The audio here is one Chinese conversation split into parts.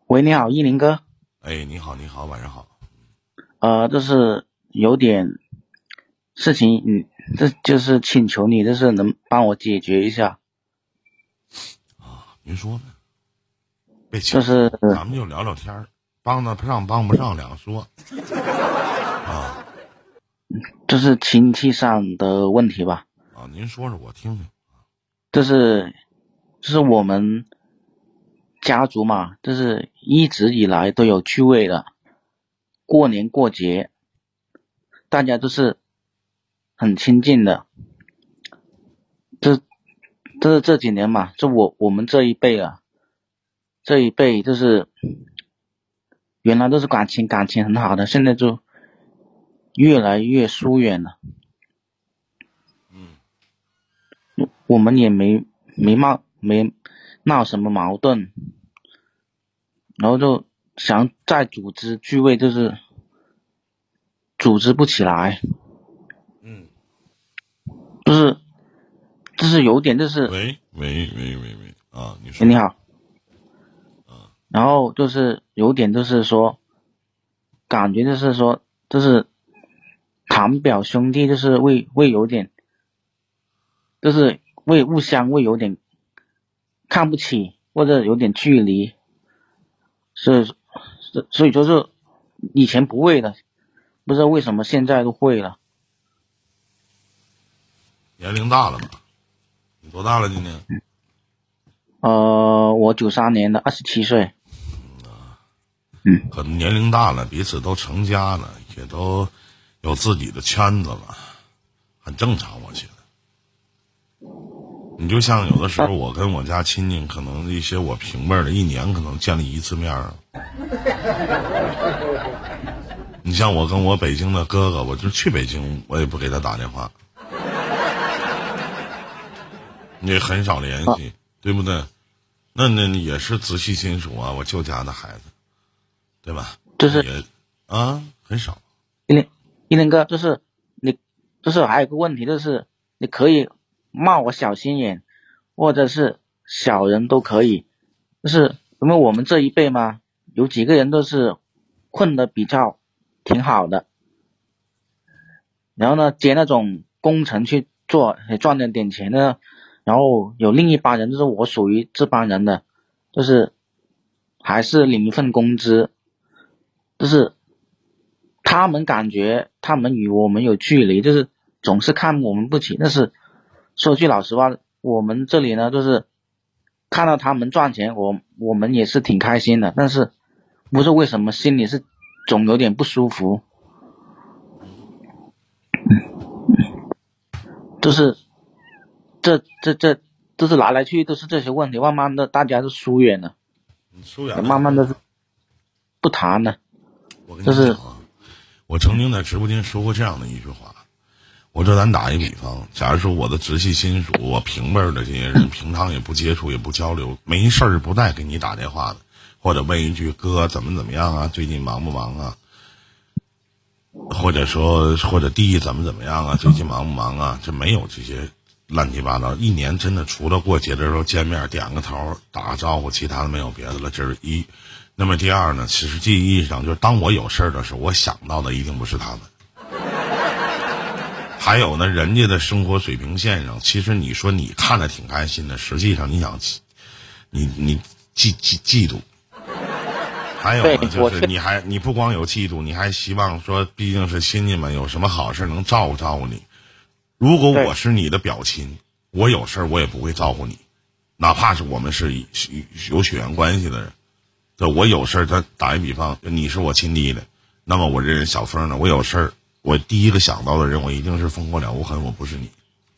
喂，你好，依林哥。 哎，你好，你好，晚上好。 就是有点事情，这就是请求你，就是能帮我解决一下。 您说呢？别请求， 就是咱们就聊聊天儿，帮得上帮不上两说。 这是亲戚上的问题吧？ 您说说我听听。 这是我们家族嘛，就是一直以来都有聚会的，过年过节，大家都是很亲近的。这几年嘛，我们这一辈啊，这一辈就是原来都是感情很好的，现在就越来越疏远了。我们也没闹什么矛盾，然后就想再组织聚会，就是组织不起来。就是有点就是喂，你说。 你好。然后就是有点就是说，感觉就是说，就是堂表兄弟就是会有点，就是互相会有点看不起，或者有点距离。所以就是以前不会的，不知道为什么现在都会了。 年龄大了吧？你多大了今年？ 我93年的，27岁。 可能年龄大了，彼此都成家了，也都有自己的圈子了，很正常，我觉得。你就像有的时候我跟我家亲戚，可能一些我平辈的，一年可能见了一次面儿。你像我跟我北京的哥哥，我就去北京，我也不给他打电话，也很少联系，对不对？那也是直系亲属啊，我舅家的孩子，对吧？ 就是也很少。 一林哥，就是你，就是还有个问题，就是你可以骂我小心眼，或者是小人都可以。就是因为我们这一辈嘛，有几个人都是混得比较挺好的，然后呢接那种工程去做，也赚了点钱呢。然后有另一帮人，就是我属于这帮人的，就是还是领一份工资，就是他们感觉他们与我们有距离，就是总是看我们不起。但是说句老实话，我们这里呢，就是看到他们赚钱，我们也是挺开心的，但是不是为什么心里是总有点不舒服。就是这都是来来去去都是这些问题，慢慢的大家都疏远了， 疏远了， 慢慢的是不谈了。 我跟你讲啊，我曾经在直播间说过这样的一句话，我说咱打一比方，假如说我的直系亲属，我平辈的这些人，平常也不接触也不交流，没事儿不带给你打电话的，或者问一句哥怎么样啊，最近忙不忙啊，或者弟怎么样啊，最近忙不忙啊，这没有这些乱七八糟。一年真的除了过节的时候见面点个头打个招呼，其他的没有别的了，这是一。那么第二呢，实际意义上就是当我有事儿的时候，我想到的一定不是他们。还有呢，人家的生活水平线上，其实你说你看着挺开心的，实际上你想你嫉妒。还有呢，就是你不光有嫉妒，你还希望说，毕竟是亲戚们，有什么好事能照顾你。如果我是你的表亲，我有事我也不会照顾你，哪怕是我们是有血缘关系的人。这我有事他打一比方，你是我亲弟弟，那么我这人小峰呢，我有事我第一个想到的人，我一定是烽火两无痕，我不是你，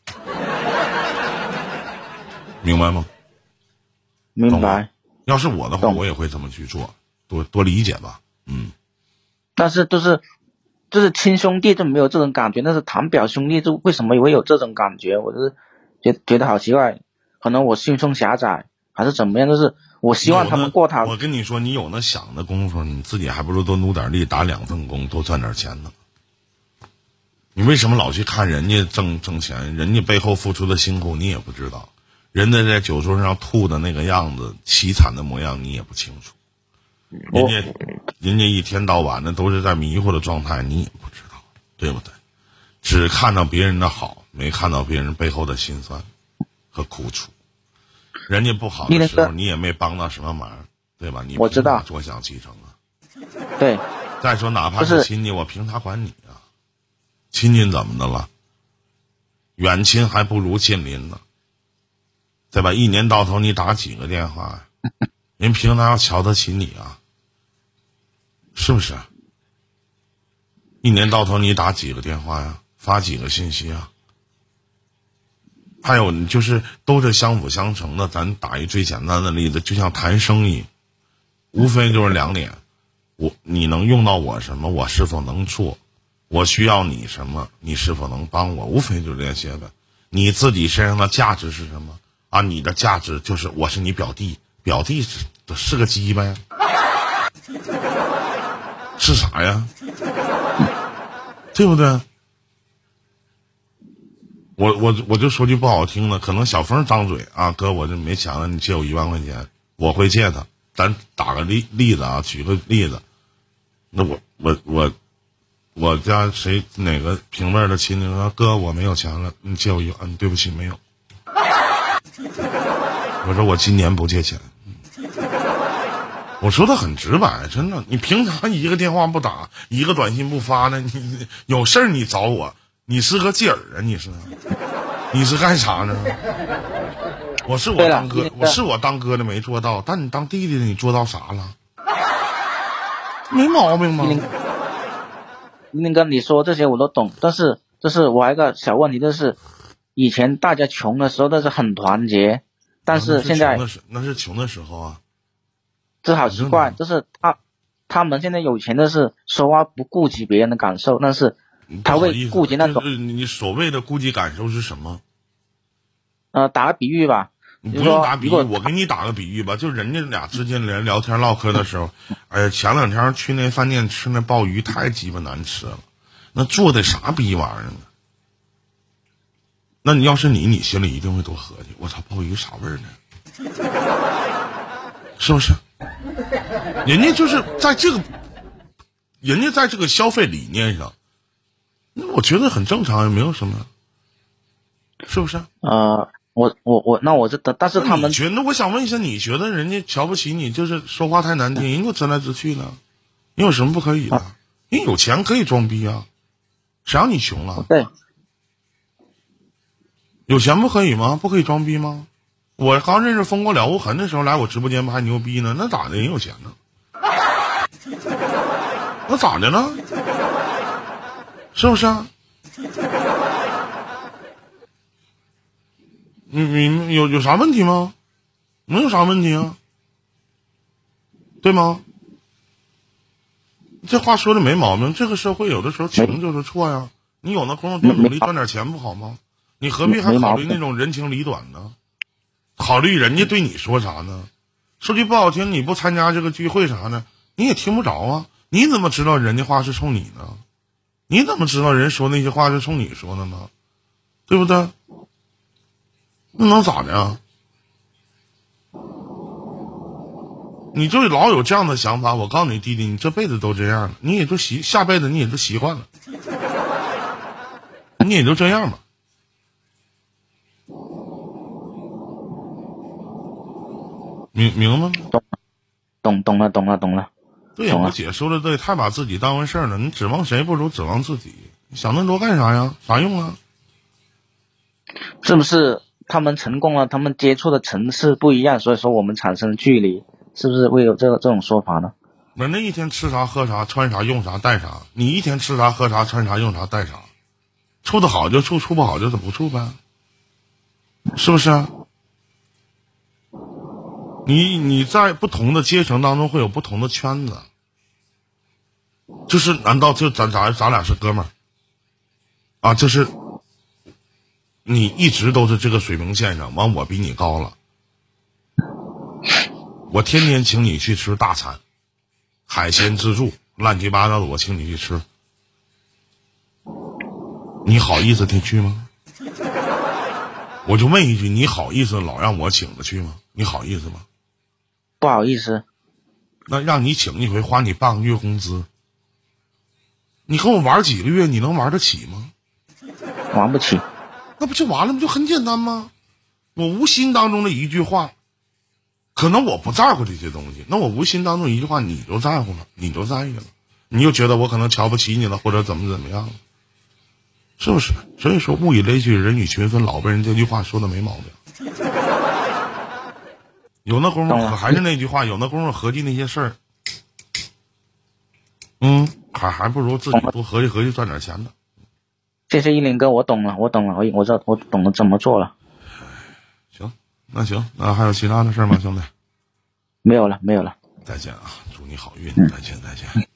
明白吗？ 明白。 要是我的话，我也会这么去做，多理解吧。 但是就是亲兄弟就没有这种感觉，但是堂表兄弟就为什么会有这种感觉？我就是觉得好奇怪，可能我心胸狭窄还是怎么样，就是我希望他们过他。 我跟你说，你有那想的功夫，你自己还不如多努点力，打2份工，多赚点钱呢。你为什么老去看人家挣钱？人家背后付出的辛苦你也不知道，人家在酒桌上吐的那个样子，凄惨的模样你也不清楚。 我人家一天到晚的都是在迷糊的状态，你也不知道，对不对？只看到别人的好，没看到别人背后的辛酸和苦楚。人家不好的时候，你也没帮到什么忙，对吧？你我知道坐享其成啊。 对。 再说，哪怕是亲戚，我凭啥管你啊？亲戚怎么的了？远亲还不如近邻呢，对吧？一年到头你打几个电话呀？人凭啥要瞧得起你啊？是不是？一年到头你打几个电话呀？发几个信息啊？还有就是都是相辅相成的。咱打一最简单的例子，就像谈生意，无非就是两点：你能用到我什么，我是否能做；我需要你什么，你是否能帮我。无非就这些的。你自己身上的价值是什么啊？你的价值就是我是你表弟，表弟是个鸡巴呀，是啥呀？对不对？我就说句不好听的，可能小峰张嘴啊，哥，我这没钱了，你借我1万块钱，我会借他。咱打个例子啊，举个例子，那我家哪个平辈的亲戚说，哥，我没有钱了，你借我1万，对不起，没有。我说我今年不借钱。我说的很直白，真的，你凭啥一个电话不打，一个短信不发呢？你有事儿你找我，你是个劲儿啊？你是干啥呢？我当哥的没做到，但你当弟弟的你做到啥了？没毛病吗？ 林哥，你说这些我都懂，但是就是我还有个小问题，就是以前大家穷的时候都是很团结，但是现在那是穷的时候啊。 这好奇怪，就是他们现在有钱的是说话不顾及别人的感受，但是他会顾及那种。 你所谓的顾及感受是什么？ 打个比喻吧。 你不用打比喻，我给你打个比喻吧，就人家俩之间连聊天唠嗑的时候，哎呀，前2天去那饭店吃那鲍鱼太鸡巴难吃了，那做的啥逼玩意儿呢？那你要是你心里一定会多合计，我操，鲍鱼啥味儿呢？是不是？人家就是在这个消费理念上，那我觉得很正常，也没有什么，是不是？但是他们那我想问一下，你觉得人家瞧不起你，就是说话太难听，人家直来直去的，你有什么不可以的？人有钱可以装逼啊，谁让你穷了？ 对， 有钱不可以吗？不可以装逼吗？我刚认识风过了无痕的时候来我直播间不还牛逼呢？那咋的？人有钱呢？那咋的了？是不是啊？你有啥问题吗？没有啥问题啊，对吗？这话说的没毛病。这个社会有的时候穷就是错呀，你有那功夫多努力赚点钱不好吗？你何必还考虑那种人情理短呢？考虑人家对你说啥呢？说句不好听，你不参加这个聚会啥呢，你也听不着啊。你怎么知道人家话是冲你呢？你怎么知道人说那些话是冲你说的呢？对不对？那能咋的啊？你就老有这样的想法，我告诉你弟弟，你这辈子都这样了，你也就下辈子你也就习惯了，你也就这样吧。明白吗？ 懂了。 对呀，我姐说的对，太把自己当回事了。你指望谁不如指望自己，你想那么多干啥呀？啥用啊？ 是不是他们成功了，他们接触的层次不一样，所以说我们产生距离，是不是会有这种说法呢？ 人家一天吃啥喝啥穿啥用啥带啥，你一天吃啥喝啥穿啥用啥带啥，处得好就处，处不好就不处呗，是不是啊？你在不同的阶层当中会有不同的圈子，就是难道就咱俩是哥们儿啊？就是你一直都是这个水平线上，完我比你高了，我天天请你去吃大餐，海鲜自助，乱七八糟的我请你去吃，你好意思去吗？我就问一句，你好意思老让我请着去吗？你好意思吗？ 不好意思。 那让你请一回，花你半个月工资，你和我玩几个月，你能玩得起吗？ 玩不起。 那不就完了吗？就很简单吗？我无心当中的一句话，可能我不在乎这些东西，那我无心当中一句话你就在乎了，你就在意了，你就觉得我可能瞧不起你了，或者怎么样了，是不是？所以说物以类聚，人以群分，老辈人这句话说的没毛病。有那功夫还是那句话，有那功夫合计那些事儿，还不如自己多合计合计赚点钱呢。 谢谢依林哥，我懂了，我懂了怎么做了。 行，那行，那还有其他的事吗，兄弟？ 没有了。 再见啊，祝你好运，再见。